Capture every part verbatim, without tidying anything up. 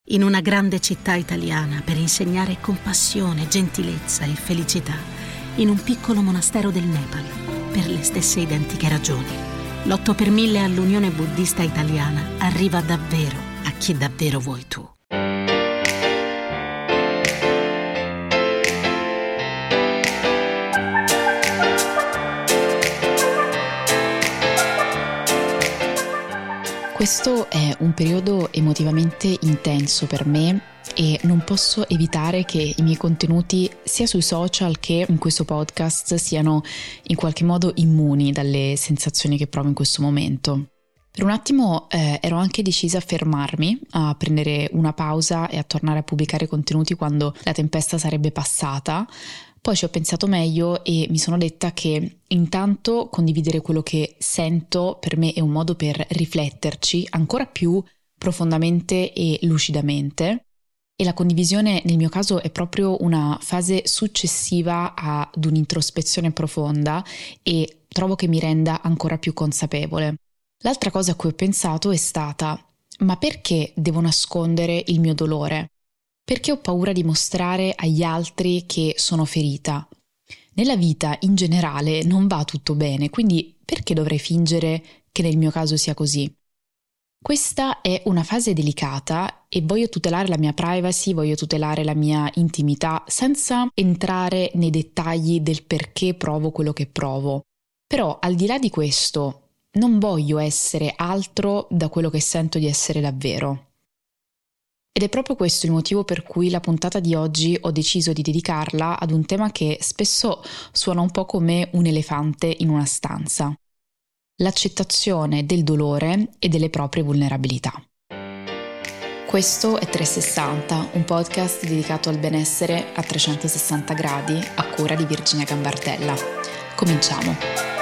in una grande città italiana per insegnare compassione, gentilezza e felicità, in un piccolo monastero del Nepal, per le stesse identiche ragioni. L'otto per mille all'Unione Buddista Italiana arriva davvero a chi davvero vuoi tu. Questo è un periodo emotivamente intenso per me e non posso evitare che i miei contenuti sia sui social che in questo podcast siano in qualche modo immuni dalle sensazioni che provo in questo momento. Per un attimo eh, ero anche decisa a fermarmi, a prendere una pausa e a tornare a pubblicare contenuti quando la tempesta sarebbe passata. Poi ci ho pensato meglio e mi sono detta che intanto condividere quello che sento per me è un modo per rifletterci ancora più profondamente e lucidamente, e la condivisione nel mio caso è proprio una fase successiva ad un'introspezione profonda e trovo che mi renda ancora più consapevole. L'altra cosa a cui ho pensato è stata: ma perché devo nascondere il mio dolore? Perché ho paura di mostrare agli altri che sono ferita? Nella vita in generale non va tutto bene, quindi perché dovrei fingere che nel mio caso sia così? Questa è una fase delicata e voglio tutelare la mia privacy, voglio tutelare la mia intimità senza entrare nei dettagli del perché provo quello che provo. Però al di là di questo non voglio essere altro da quello che sento di essere davvero. Ed è proprio questo il motivo per cui la puntata di oggi ho deciso di dedicarla ad un tema che spesso suona un po' come un elefante in una stanza: l'accettazione del dolore e delle proprie vulnerabilità. Questo è trecentosessanta, un podcast dedicato al benessere a trecentosessanta gradi a cura di Virginia Gambardella. Cominciamo!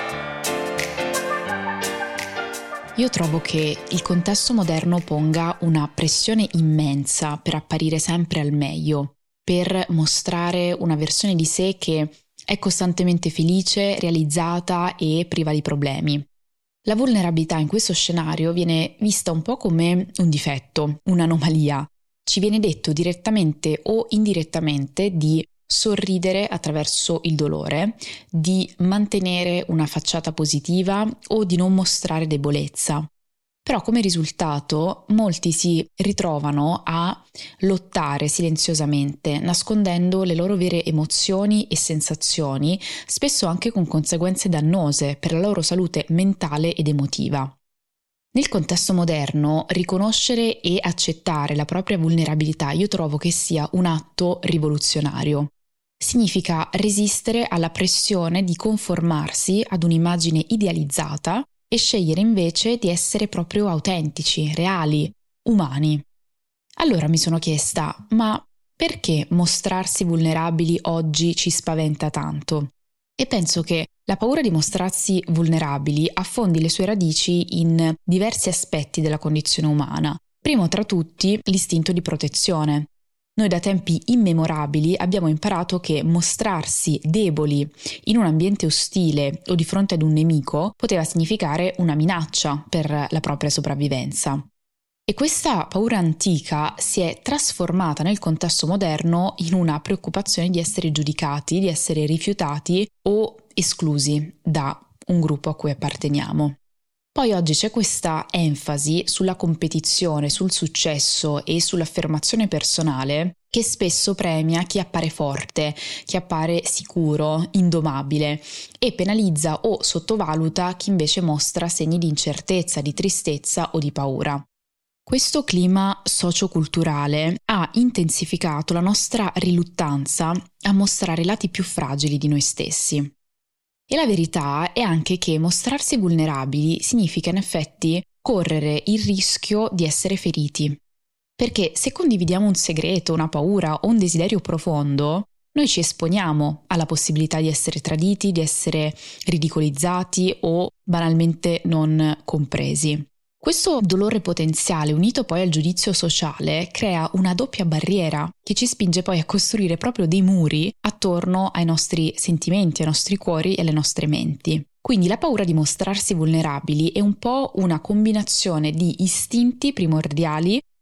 Io trovo che il contesto moderno ponga una pressione immensa per apparire sempre al meglio, per mostrare una versione di sé che è costantemente felice, realizzata e priva di problemi. La vulnerabilità in questo scenario viene vista un po' come un difetto, un'anomalia. Ci viene detto direttamente o indirettamente di sorridere attraverso il dolore, di mantenere una facciata positiva o di non mostrare debolezza. Però come risultato molti si ritrovano a lottare silenziosamente, nascondendo le loro vere emozioni e sensazioni, spesso anche con conseguenze dannose per la loro salute mentale ed emotiva. Nel contesto moderno, riconoscere e accettare la propria vulnerabilità io trovo che sia un atto rivoluzionario. Significa resistere alla pressione di conformarsi ad un'immagine idealizzata e scegliere invece di essere proprio autentici, reali, umani. Allora mi sono chiesta, ma perché mostrarsi vulnerabili oggi ci spaventa tanto? E penso che la paura di mostrarsi vulnerabili affondi le sue radici in diversi aspetti della condizione umana. Primo tra tutti, l'istinto di protezione. Noi da tempi immemorabili abbiamo imparato che mostrarsi deboli in un ambiente ostile o di fronte ad un nemico poteva significare una minaccia per la propria sopravvivenza. E questa paura antica si è trasformata nel contesto moderno in una preoccupazione di essere giudicati, di essere rifiutati o esclusi da un gruppo a cui apparteniamo. Poi oggi c'è questa enfasi sulla competizione, sul successo e sull'affermazione personale che spesso premia chi appare forte, chi appare sicuro, indomabile e penalizza o sottovaluta chi invece mostra segni di incertezza, di tristezza o di paura. Questo clima socioculturale ha intensificato la nostra riluttanza a mostrare i lati più fragili di noi stessi. E la verità è anche che mostrarsi vulnerabili significa in effetti correre il rischio di essere feriti. Perché se condividiamo un segreto, una paura o un desiderio profondo, noi ci esponiamo alla possibilità di essere traditi, di essere ridicolizzati o banalmente non compresi. Questo dolore potenziale, unito poi al giudizio sociale, crea una doppia barriera che ci spinge poi a costruire proprio dei muri attorno ai nostri sentimenti, ai nostri cuori e alle nostre menti. Quindi la paura di mostrarsi vulnerabili è un po' una combinazione di istinti primordiali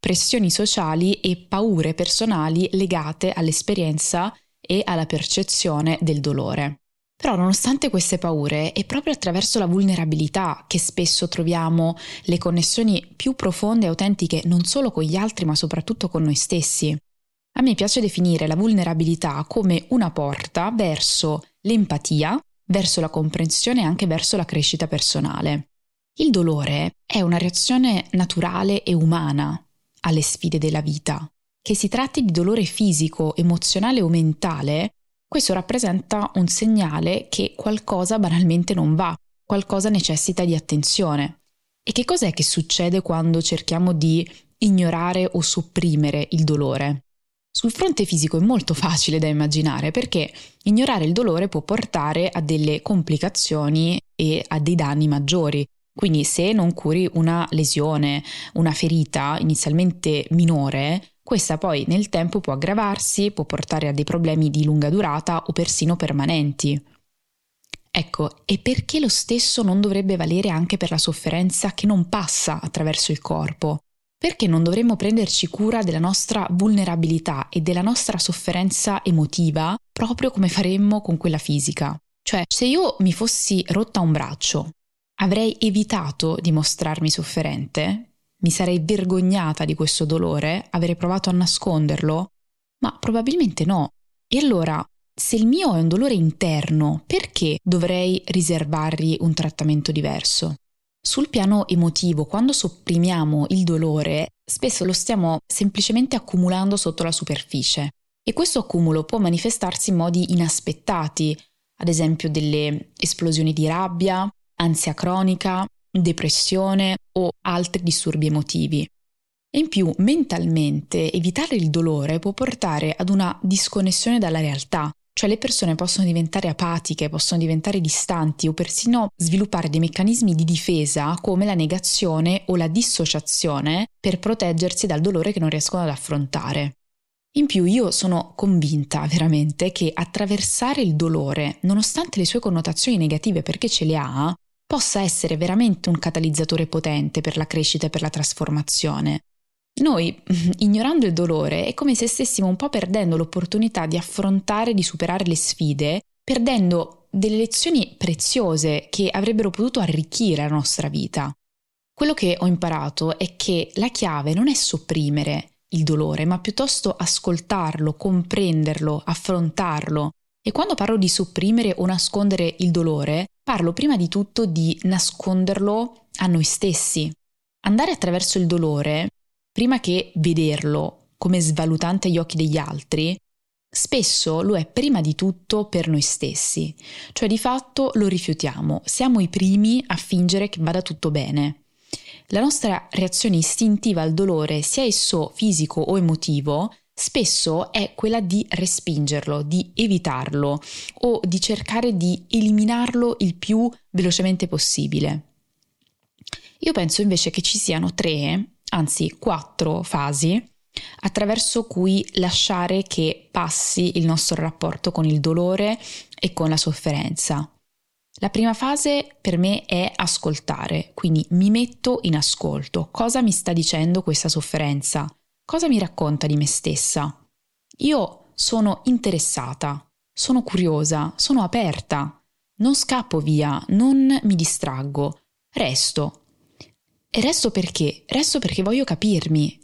pressioni sociali e paure personali legate all'esperienza e alla percezione del dolore. Però nonostante queste paure, è proprio attraverso la vulnerabilità che spesso troviamo le connessioni più profonde e autentiche non solo con gli altri ma soprattutto con noi stessi. A me piace definire la vulnerabilità come una porta verso l'empatia, verso la comprensione e anche verso la crescita personale. Il dolore è una reazione naturale e umana alle sfide della vita. Che si tratti di dolore fisico, emozionale o mentale, questo rappresenta un segnale che qualcosa banalmente non va, qualcosa necessita di attenzione. E che cos'è che succede quando cerchiamo di ignorare o sopprimere il dolore? Sul fronte fisico è molto facile da immaginare perché ignorare il dolore può portare a delle complicazioni e a dei danni maggiori. Quindi se non curi una lesione, una ferita inizialmente minore, questa poi nel tempo può aggravarsi, può portare a dei problemi di lunga durata o persino permanenti. Ecco, e perché lo stesso non dovrebbe valere anche per la sofferenza che non passa attraverso il corpo? Perché non dovremmo prenderci cura della nostra vulnerabilità e della nostra sofferenza emotiva proprio come faremmo con quella fisica? Cioè, se io mi fossi rotta un braccio, avrei evitato di mostrarmi sofferente? Mi sarei vergognata di questo dolore? Avrei provato a nasconderlo? Ma probabilmente no. E allora, se il mio è un dolore interno, perché dovrei riservargli un trattamento diverso? Sul piano emotivo, quando sopprimiamo il dolore, spesso lo stiamo semplicemente accumulando sotto la superficie. E questo accumulo può manifestarsi in modi inaspettati, ad esempio delle esplosioni di rabbia, ansia cronica, depressione o altri disturbi emotivi. E in più, mentalmente, evitare il dolore può portare ad una disconnessione dalla realtà, cioè le persone possono diventare apatiche, possono diventare distanti o persino sviluppare dei meccanismi di difesa come la negazione o la dissociazione per proteggersi dal dolore che non riescono ad affrontare. In più io sono convinta veramente che attraversare il dolore, nonostante le sue connotazioni negative perché ce le ha, possa essere veramente un catalizzatore potente per la crescita e per la trasformazione. Noi, ignorando il dolore, è come se stessimo un po' perdendo l'opportunità di affrontare, di superare le sfide, perdendo delle lezioni preziose che avrebbero potuto arricchire la nostra vita. Quello che ho imparato è che la chiave non è sopprimere il dolore, ma piuttosto ascoltarlo, comprenderlo, affrontarlo. E quando parlo di sopprimere o nascondere il dolore, parlo prima di tutto di nasconderlo a noi stessi. Andare attraverso il dolore, prima che vederlo come svalutante agli occhi degli altri, spesso lo è prima di tutto per noi stessi. Cioè di fatto lo rifiutiamo, siamo i primi a fingere che vada tutto bene. La nostra reazione istintiva al dolore, sia esso fisico o emotivo, spesso è quella di respingerlo, di evitarlo o di cercare di eliminarlo il più velocemente possibile. Io penso invece che ci siano tre, anzi quattro fasi attraverso cui lasciare che passi il nostro rapporto con il dolore e con la sofferenza. La prima fase per me è ascoltare, quindi mi metto in ascolto. Cosa mi sta dicendo questa sofferenza? Cosa mi racconta di me stessa? Io sono interessata, sono curiosa, sono aperta, non scappo via, non mi distraggo, resto. E resto perché? Resto perché voglio capirmi.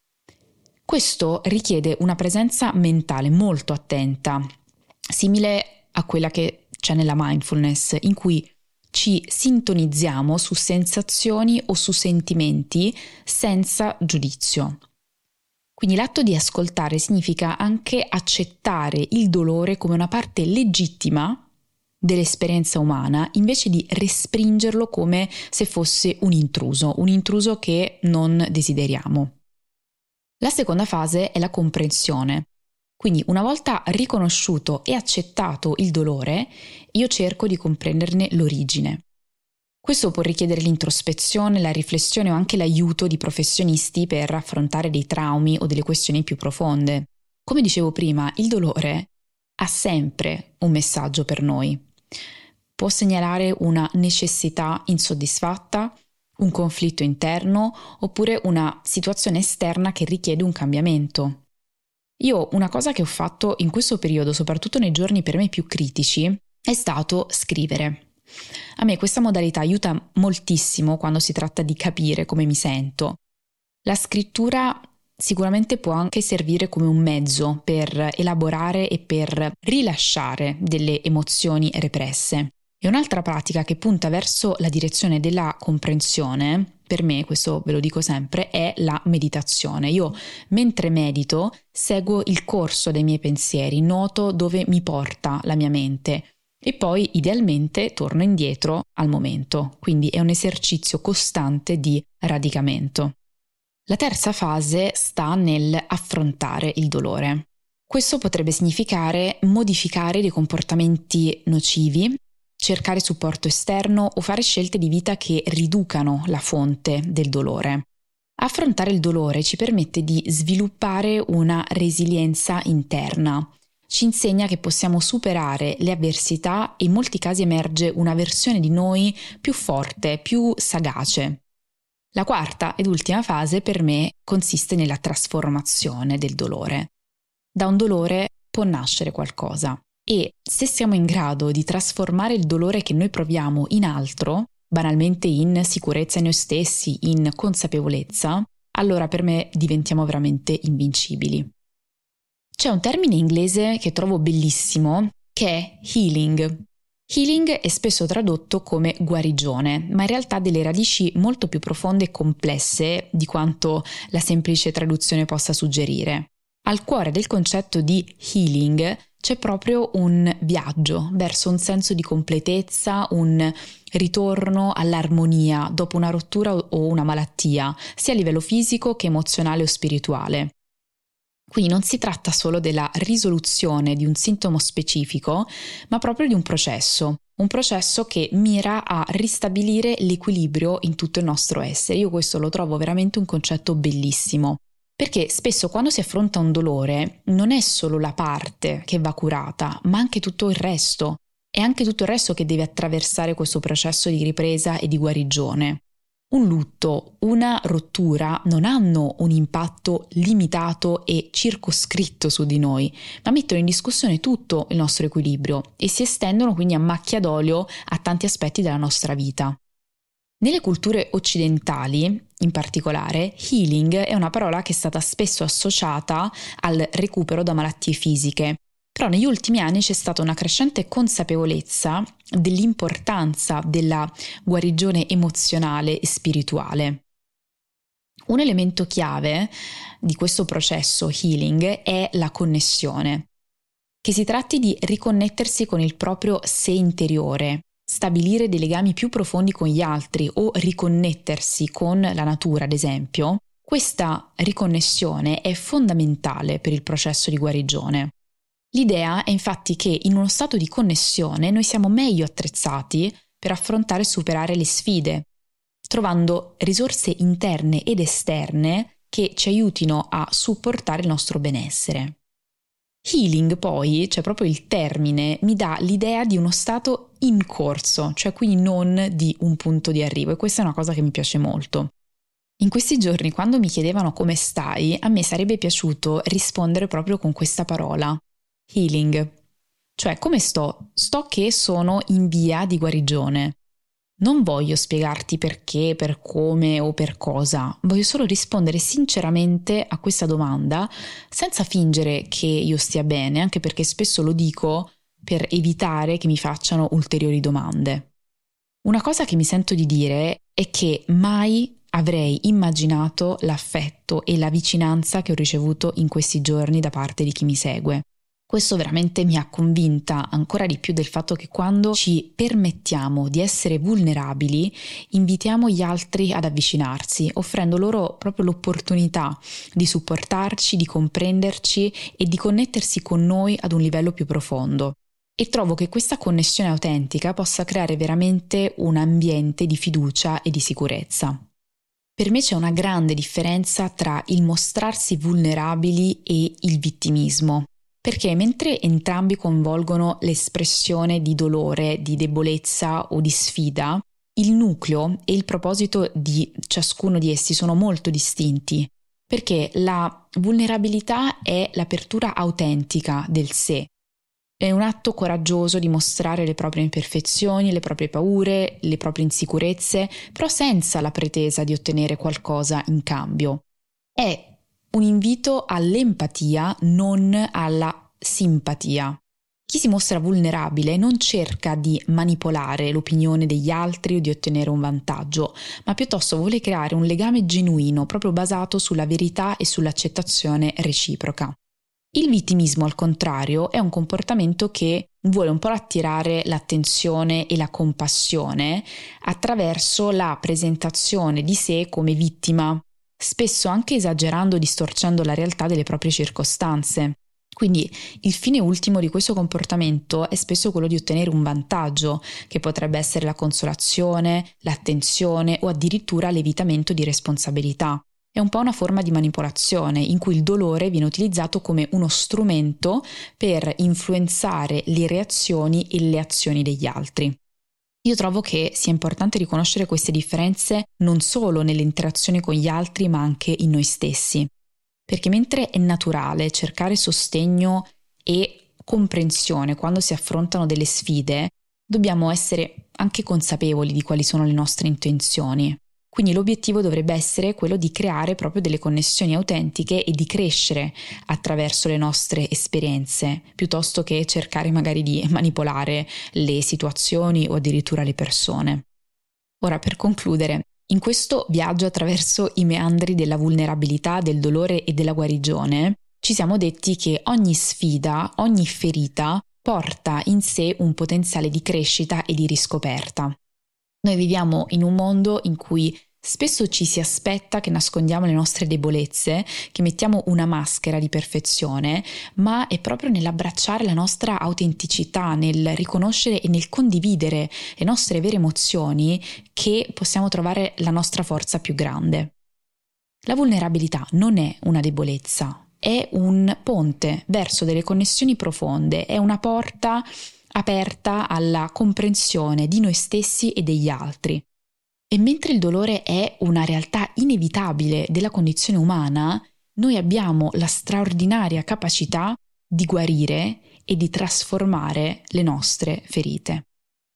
Questo richiede una presenza mentale molto attenta, simile a quella che c'è nella mindfulness, in cui ci sintonizziamo su sensazioni o su sentimenti senza giudizio. Quindi l'atto di ascoltare significa anche accettare il dolore come una parte legittima dell'esperienza umana, invece di respingerlo come se fosse un intruso, un intruso che non desideriamo. La seconda fase è la comprensione. Quindi una volta riconosciuto e accettato il dolore, io cerco di comprenderne l'origine. Questo può richiedere l'introspezione, la riflessione o anche l'aiuto di professionisti per affrontare dei traumi o delle questioni più profonde. Come dicevo prima, il dolore ha sempre un messaggio per noi. Può segnalare una necessità insoddisfatta, un conflitto interno oppure una situazione esterna che richiede un cambiamento. Io una cosa che ho fatto in questo periodo, soprattutto nei giorni per me più critici, è stato scrivere. A me questa modalità aiuta moltissimo quando si tratta di capire come mi sento. La scrittura sicuramente può anche servire come un mezzo per elaborare e per rilasciare delle emozioni represse. E un'altra pratica che punta verso la direzione della comprensione, per me, questo ve lo dico sempre, è la meditazione. Io mentre medito seguo il corso dei miei pensieri, noto dove mi porta la mia mente e poi idealmente torno indietro al momento. Quindi è un esercizio costante di radicamento. La terza fase sta nel affrontare il dolore. Questo potrebbe significare modificare dei comportamenti nocivi, cercare supporto esterno o fare scelte di vita che riducano la fonte del dolore. Affrontare il dolore ci permette di sviluppare una resilienza interna. Ci insegna che possiamo superare le avversità e in molti casi emerge una versione di noi più forte, più sagace. La quarta ed ultima fase per me consiste nella trasformazione del dolore. Da un dolore può nascere qualcosa. E se siamo in grado di trasformare il dolore che noi proviamo in altro, banalmente in sicurezza in noi stessi, in consapevolezza, allora per me diventiamo veramente invincibili. C'è un termine inglese che trovo bellissimo che è healing. Healing è spesso tradotto come guarigione, ma in realtà ha delle radici molto più profonde e complesse di quanto la semplice traduzione possa suggerire. Al cuore del concetto di healing c'è proprio un viaggio verso un senso di completezza, un ritorno all'armonia dopo una rottura o una malattia, sia a livello fisico che emozionale o spirituale. Qui non si tratta solo della risoluzione di un sintomo specifico, ma proprio di un processo, un processo che mira a ristabilire l'equilibrio in tutto il nostro essere. Io questo lo trovo veramente un concetto bellissimo. Perché spesso quando si affronta un dolore non è solo la parte che va curata, ma anche tutto il resto. È anche tutto il resto che deve attraversare questo processo di ripresa e di guarigione. Un lutto, una rottura non hanno un impatto limitato e circoscritto su di noi, ma mettono in discussione tutto il nostro equilibrio e si estendono quindi a macchia d'olio a tanti aspetti della nostra vita. Nelle culture occidentali, in particolare, healing è una parola che è stata spesso associata al recupero da malattie fisiche, però negli ultimi anni c'è stata una crescente consapevolezza dell'importanza della guarigione emozionale e spirituale. Un elemento chiave di questo processo healing è la connessione, che si tratti di riconnettersi con il proprio sé interiore, stabilire dei legami più profondi con gli altri o riconnettersi con la natura, ad esempio. Questa riconnessione è fondamentale per il processo di guarigione. L'idea è infatti che in uno stato di connessione noi siamo meglio attrezzati per affrontare e superare le sfide, trovando risorse interne ed esterne che ci aiutino a supportare il nostro benessere. Healing poi, cioè proprio il termine, mi dà l'idea di uno stato in corso, cioè quindi non di un punto di arrivo, e questa è una cosa che mi piace molto. In questi giorni, quando mi chiedevano come stai, a me sarebbe piaciuto rispondere proprio con questa parola, healing. Cioè, come sto? Sto che sono in via di guarigione. Non voglio spiegarti perché, per come o per cosa, voglio solo rispondere sinceramente a questa domanda senza fingere che io stia bene, anche perché spesso lo dico per evitare che mi facciano ulteriori domande. Una cosa che mi sento di dire è che mai avrei immaginato l'affetto e la vicinanza che ho ricevuto in questi giorni da parte di chi mi segue. Questo veramente mi ha convinta ancora di più del fatto che quando ci permettiamo di essere vulnerabili, invitiamo gli altri ad avvicinarsi, offrendo loro proprio l'opportunità di supportarci, di comprenderci e di connettersi con noi ad un livello più profondo. E trovo che questa connessione autentica possa creare veramente un ambiente di fiducia e di sicurezza. Per me c'è una grande differenza tra il mostrarsi vulnerabili e il vittimismo. Perché mentre entrambi coinvolgono l'espressione di dolore, di debolezza o di sfida, il nucleo e il proposito di ciascuno di essi sono molto distinti, perché la vulnerabilità è l'apertura autentica del sé. È un atto coraggioso di mostrare le proprie imperfezioni, le proprie paure, le proprie insicurezze, però senza la pretesa di ottenere qualcosa in cambio. È un invito all'empatia, non alla simpatia. Chi si mostra vulnerabile non cerca di manipolare l'opinione degli altri o di ottenere un vantaggio, ma piuttosto vuole creare un legame genuino, proprio basato sulla verità e sull'accettazione reciproca. Il vittimismo, al contrario, è un comportamento che vuole un po' attirare l'attenzione e la compassione attraverso la presentazione di sé come vittima, spesso anche esagerando o distorcendo la realtà delle proprie circostanze. Quindi il fine ultimo di questo comportamento è spesso quello di ottenere un vantaggio, che potrebbe essere la consolazione, l'attenzione o addirittura l'evitamento di responsabilità. È un po' una forma di manipolazione in cui il dolore viene utilizzato come uno strumento per influenzare le reazioni e le azioni degli altri. Io trovo che sia importante riconoscere queste differenze non solo nelle interazioni con gli altri, ma anche in noi stessi. Perché mentre è naturale cercare sostegno e comprensione quando si affrontano delle sfide, dobbiamo essere anche consapevoli di quali sono le nostre intenzioni. Quindi l'obiettivo dovrebbe essere quello di creare proprio delle connessioni autentiche e di crescere attraverso le nostre esperienze, piuttosto che cercare magari di manipolare le situazioni o addirittura le persone. Ora, per concludere, in questo viaggio attraverso i meandri della vulnerabilità, del dolore e della guarigione, ci siamo detti che ogni sfida, ogni ferita porta in sé un potenziale di crescita e di riscoperta. Noi viviamo in un mondo in cui spesso ci si aspetta che nascondiamo le nostre debolezze, che mettiamo una maschera di perfezione, ma è proprio nell'abbracciare la nostra autenticità, nel riconoscere e nel condividere le nostre vere emozioni che possiamo trovare la nostra forza più grande. La vulnerabilità non è una debolezza, è un ponte verso delle connessioni profonde, è una porta aperta alla comprensione di noi stessi e degli altri. E mentre il dolore è una realtà inevitabile della condizione umana, noi abbiamo la straordinaria capacità di guarire e di trasformare le nostre ferite.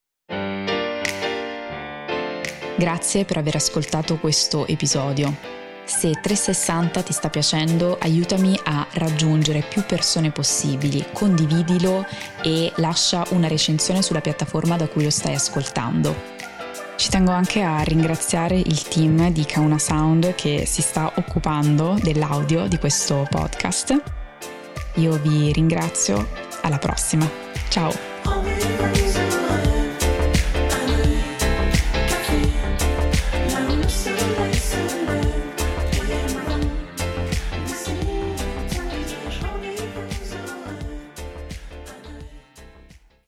Grazie per aver ascoltato questo episodio. Se trecentosessanta ti sta piacendo, aiutami a raggiungere più persone possibili, condividilo e lascia una recensione sulla piattaforma da cui lo stai ascoltando. Ci tengo anche a ringraziare il team di Kauna Sound che si sta occupando dell'audio di questo podcast. Io vi ringrazio, alla prossima. Ciao!